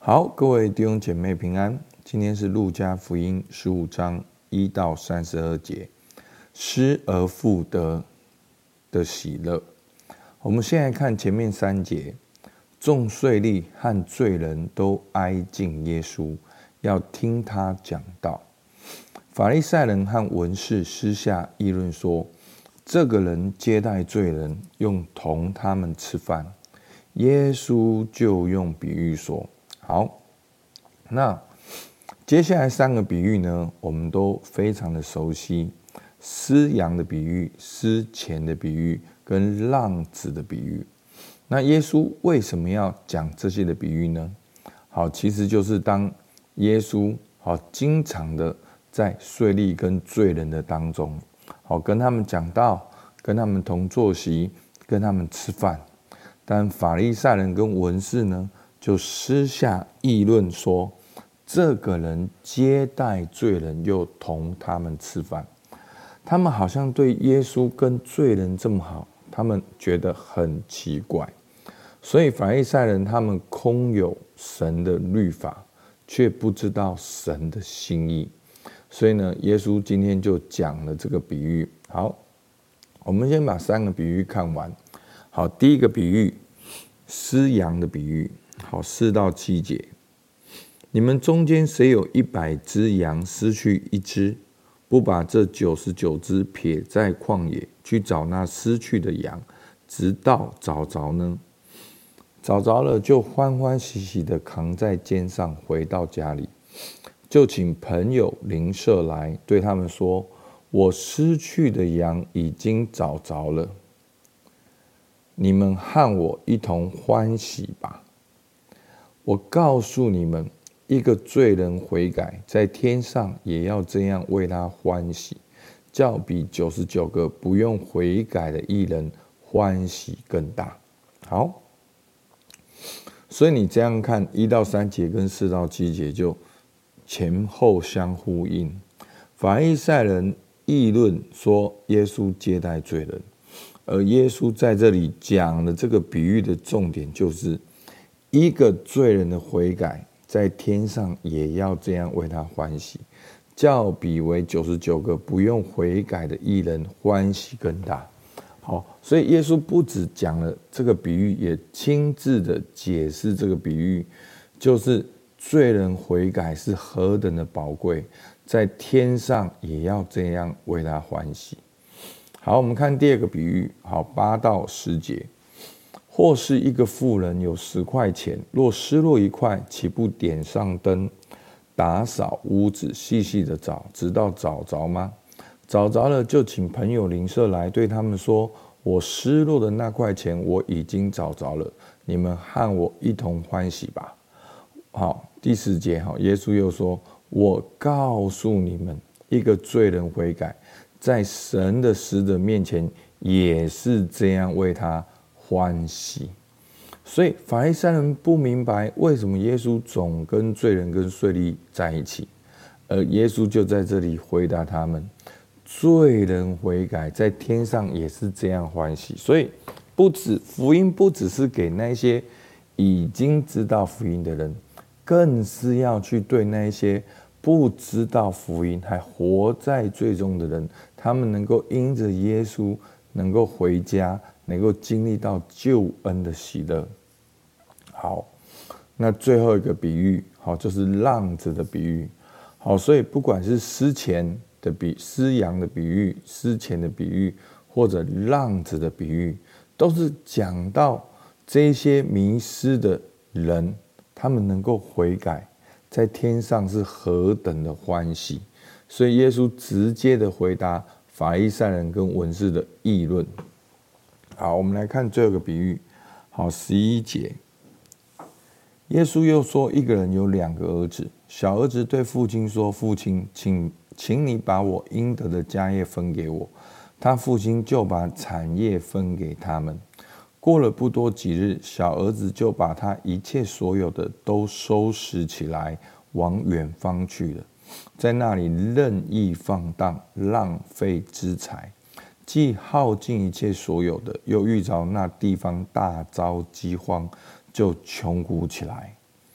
好，各位弟兄姐妹平安。今天是路加福音15章1到32节，失而复得的喜乐。我们先来看前面3节，众税吏和罪人都挨近耶稣，要听他讲道。法利赛人和文士私下议论说，这个人接待罪人，用同他们吃饭。耶稣就用比喻说，好，那接下来3个比喻呢，我们都非常的熟悉：失羊的比喻、失钱的比喻跟浪子的比喻。那耶稣为什么要讲这些的比喻呢？好，其实就是当耶稣经常的在税吏跟罪人的当中，跟他们讲道，跟他们同坐席，跟他们吃饭。但法利赛人跟文士呢，就私下议论说，这个人接待罪人，又同他们吃饭。他们好像对耶稣跟罪人这么好，他们觉得很奇怪。所以法利赛人他们空有神的律法，却不知道神的心意。所以呢，耶稣今天就讲了这个比喻。好，我们先把3个比喻看完。好，第一个比喻，失羊的比喻。好，4到7节，你们中间谁有100只羊，失去1只，不把这99只撇在旷野，去找那失去的羊，直到找着呢？找着了，就欢欢喜喜的扛在肩上，回到家里，就请朋友邻舍来，对他们说，我失去的羊已经找着了，你们和我一同欢喜吧。我告诉你们，一个罪人悔改，在天上也要这样为他欢喜，较比99个不用悔改的义人欢喜更大。好，所以你这样看1到3节跟4到7节就前后相呼应。法利赛人议论说耶稣接待罪人，而耶稣在这里讲的这个比喻的重点就是，一个罪人的悔改，在天上也要这样为他欢喜，较比为99个不用悔改的义人欢喜更大。好，所以耶稣不只讲了这个比喻，也亲自的解释这个比喻，就是罪人悔改是何等的宝贵，在天上也要这样为他欢喜。好，我们看第2个比喻。好，8到10节，或是一个妇人有10块钱，若失落1块，岂不点上灯，打扫屋子，细细的找，直到找着吗？找着了，就请朋友邻舍来，对他们说，我失落的那块钱我已经找着了，你们和我一同欢喜吧。好，第10节，耶稣又说，我告诉你们，一个罪人悔改，在神的使者面前也是这样为他欢喜。所以法利赛人不明白为什么耶稣总跟罪人跟税吏在一起，而耶稣就在这里回答他们，罪人悔改，在天上也是这样欢喜。所以福音不只是给那些已经知道福音的人，更是要去对那些不知道福音还活在罪中的人，他们能够因着耶稣能够回家，能够经历到救恩的喜乐。好，那最后一个比喻，就是浪子的比喻。好，所以不管是失羊的比喻、失钱的比喻，或者浪子的比喻，都是讲到这些迷失的人，他们能够悔改，在天上是何等的欢喜。所以耶稣直接的回答法利赛人跟文士的议论。好，我们来看最后一个比喻。好，11节，耶稣又说，一个人有2个儿子，小儿子对父亲说，父亲，请你把我应得的家业分给我。他父亲就把产业分给他们。过了不多几日，小儿子就把他一切所有的都收拾起来，往远方去了，在那里任意放荡，浪费资财，既耗尽一切所有的，又遇着那地方大遭饥荒，就穷苦起来。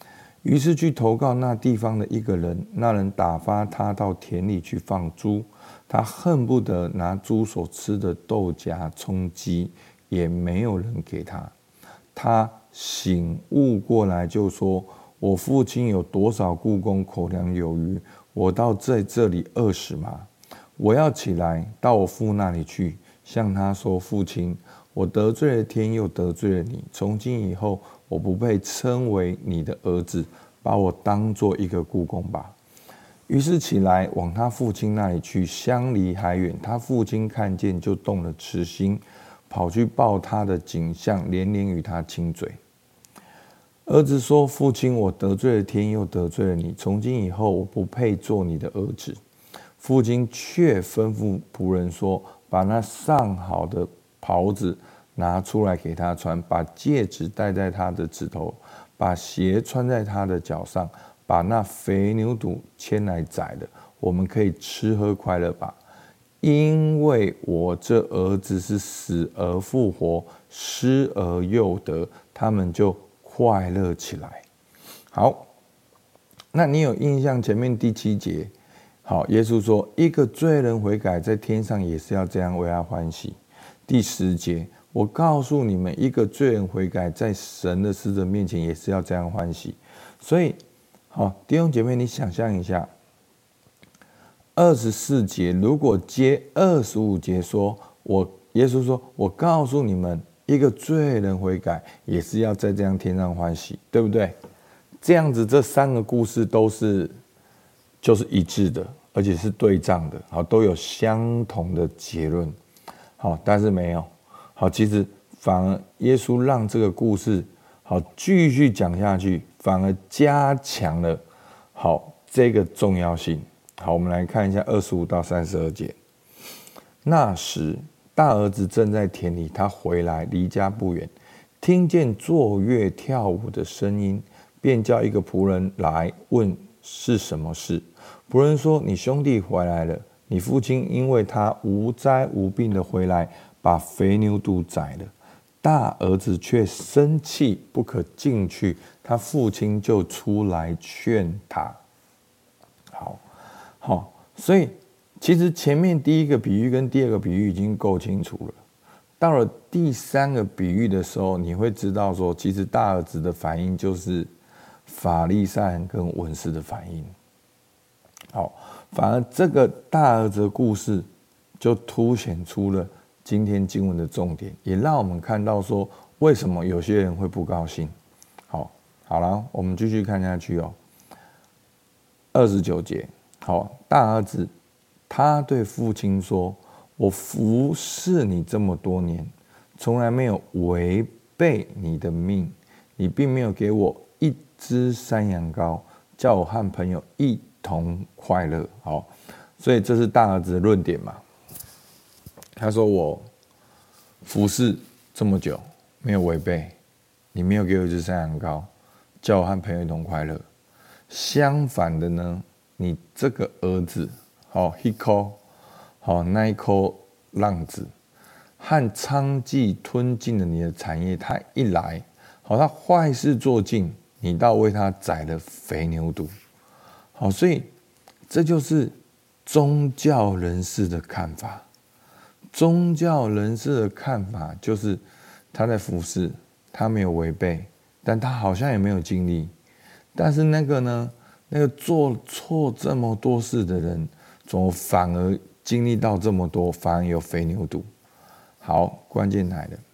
于是去投靠那地方的一个人，那人打发他到田里去放猪，他恨不得拿猪所吃的豆荚充饥，也没有人给他。他醒悟过来，就说：我父亲有多少雇工口粮有余，我到在这里饿死吗？我要起来到我父那里去，向他说：父亲，我得罪了天，又得罪了你，从今以后我不配称为你的儿子，把我当作一个雇工吧。于是起来往他父亲那里去，相离还远。他父亲看见，就动了慈心，跑去报他的景象，连连与他亲嘴。儿子说：父亲，我得罪了天，又得罪了你，从今以后我不配做你的儿子。父亲却吩咐仆人说：把那上好的袍子拿出来给他穿，把戒指戴在他的指头，把鞋穿在他的脚上，把那肥牛犊牵来宰了，我们可以吃喝快乐吧。因为我这儿子是死而复活，失而又得，他们就快乐起来。好，那你有印象前面第7节？好，耶稣说，一个罪人悔改，在天上也是要这样为他欢喜。第10节，我告诉你们，一个罪人悔改，在神的使者面前也是要这样欢喜。所以，好，弟兄姐妹，你想象一下，24节如果接25节说，耶稣说，我告诉你们，一个罪人悔改，也是要在这样天上欢喜，对不对？这样子，这3个故事就是一致的，而且是对仗的，好，都有相同的结论。好，但是没有。好，其实反而耶稣让这个故事好继续讲下去，反而加强了好这个重要性。好，我们来看一下25到32节。那时，大儿子正在田里，他回来，离家不远，听见作乐跳舞的声音，便叫一个仆人来问是什么事。仆人说：你兄弟回来了，你父亲因为他无灾无病的回来，把肥牛犊宰了。大儿子却生气，不可进去，他父亲就出来劝他。好，所以其实前面第一个比喻跟第2个比喻已经够清楚了。到了第3个比喻的时候，你会知道说，其实大儿子的反应就是法利赛人跟文士的反应。好，反而这个大儿子的故事就凸显出了今天经文的重点，也让我们看到说为什么有些人会不高兴。好了，我们继续看下去哦。29节，好，大儿子他对父亲说：我服侍你这么多年，从来没有违背你的命，你并没有给我1只山羊羔，叫我和朋友一同快乐。好，所以这是大儿子的论点嘛。他说：我服侍这么久，没有违背，你没有给我1只山羊羔，叫我和朋友一同快乐。相反的呢，你这个儿子，那一口浪子，和娼妓吞尽了你的产业，他一来，他坏事做尽，你倒为他宰了肥牛犊。好，所以这就是宗教人士的看法。宗教人士的看法就是他在服侍，他没有违背，但他好像也没有尽力。但是那个做错这么多事的人，怎么反而经历到这么多，反而有肥牛犊？好，关键来了。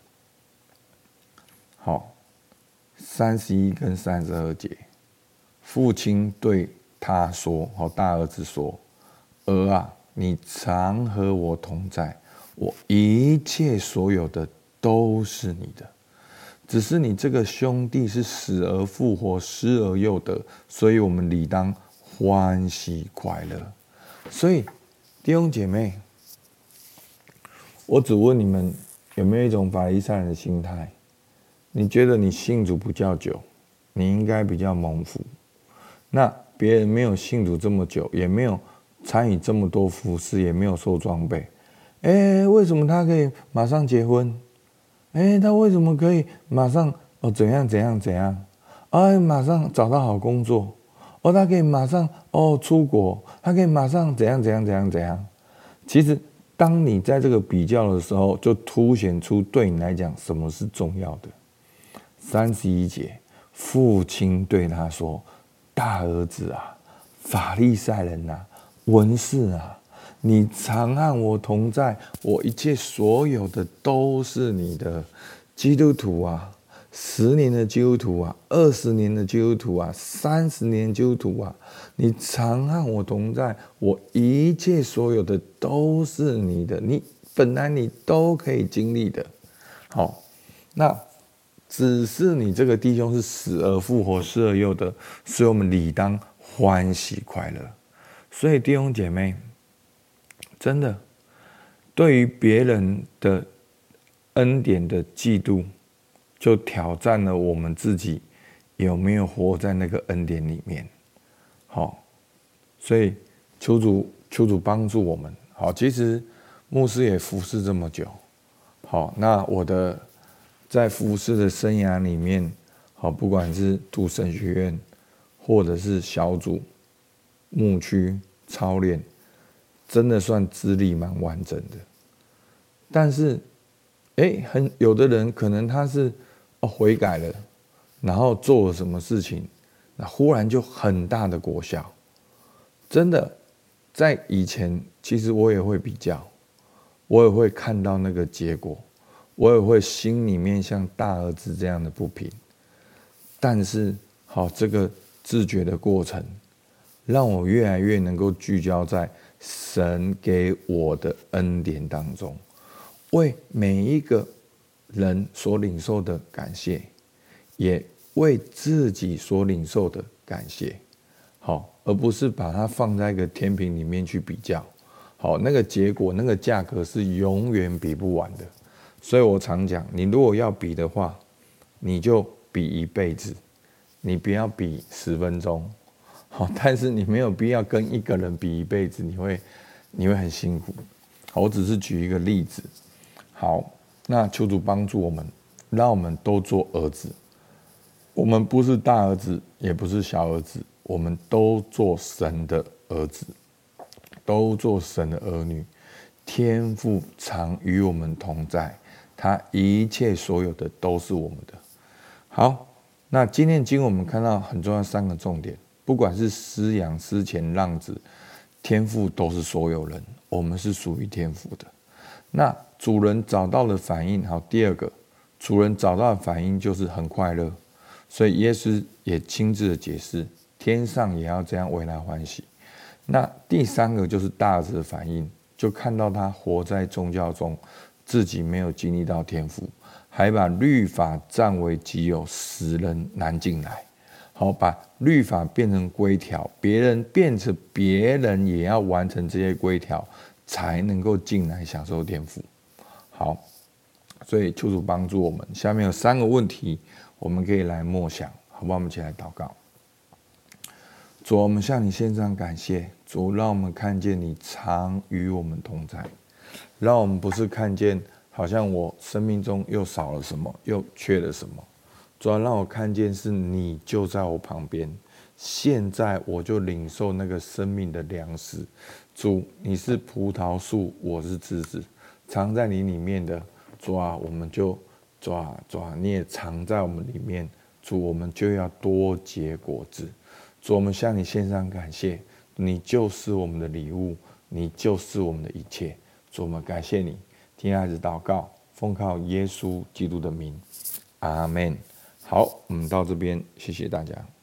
好，31跟32节，父亲对他说：大儿子说，儿啊，你常和我同在，我一切所有的都是你的。只是你这个兄弟是死而复活，失而又得，所以我们理当欢喜快乐。所以弟兄姐妹，我只问你们，有没有一种法利赛人的心态？你觉得你信主不较久，你应该比较蒙福。那别人没有信主这么久，也没有参与这么多服事，也没有受装备，为什么他可以马上结婚？他为什么可以马上怎样？ 马上找到好工作，他可以马上出国，他可以马上怎样怎样怎样怎样。其实，当你在这个比较的时候，就凸显出对你来讲什么是重要的。31节，父亲对他说：“大儿子啊，法利赛人啊，文士啊，你常和我同在，我一切所有的都是你的。基督徒啊，10年的基督徒啊，20年的基督徒啊，30年的基督徒啊，你常和我同在，我一切所有的都是你的，你本来你都可以经历的。好，那只是你这个弟兄是死而复活，失而又得，所以我们理当欢喜快乐。所以弟兄姐妹，真的对于别人的恩典的嫉妒，就挑战了我们自己有没有活在那个恩典里面。好，所以求主帮助我们。好，其实牧师也服侍这么久。好，那我的在服侍的生涯里面，好，不管是读神学院，或者是小组、牧区操练，真的算资历蛮完整的。但是有的人可能他是悔改了，然后做了什么事情，那忽然就很大的果效。真的，在以前其实我也会比较，我也会看到那个结果，我也会心里面像大儿子这样的不平。但是这个自觉的过程，让我越来越能够聚焦在神给我的恩典当中，为每一个人所领受的感谢，也为自己所领受的感谢。好，而不是把它放在一个天平里面去比较。好，那个结果那个价格是永远比不完的。所以我常讲，你如果要比的话，你就比一辈子，你不要比10分钟。好，但是你没有必要跟一个人比一辈子，你会很辛苦。好，我只是举一个例子。好，那求主帮助我们，让我们都做儿子。我们不是大儿子，也不是小儿子，我们都做神的儿子，都做神的儿女。天父常与我们同在，他一切所有的都是我们的。好，那今天经我们看到很重要3个重点，不管是失羊、失钱、浪子，天父都是所有人，我们是属于天父的。那主人找到了反应，好，第2个，主人找到的反应就是很快乐。所以耶稣也亲自的解释，天上也要这样为他欢喜。那第3个就是大儿子的反应，就看到他活在宗教中，自己没有经历到天父，还把律法占为己有，使人难进来。好，把律法变成规条，别人也要完成这些规条，才能够进来享受天父。好，所以求主帮助我们。下面有3个问题，我们可以来默想，好不好？我们一起来祷告。主，我们向你献上感谢。主，让我们看见你常与我们同在，让我们不是看见好像我生命中又少了什么，又缺了什么。主要让我看见是你就在我旁边，现在我就领受那个生命的粮食。主，你是葡萄树，我是枝子，藏在你里面的。主啊，我们就主啊，你也藏在我们里面。主，我们就要多结果子。主，我们向你献上感谢，你就是我们的礼物，你就是我们的一切。主，我们感谢你，听孩子祷告，奉靠耶稣基督的名，阿们。好，我们到这边，谢谢大家。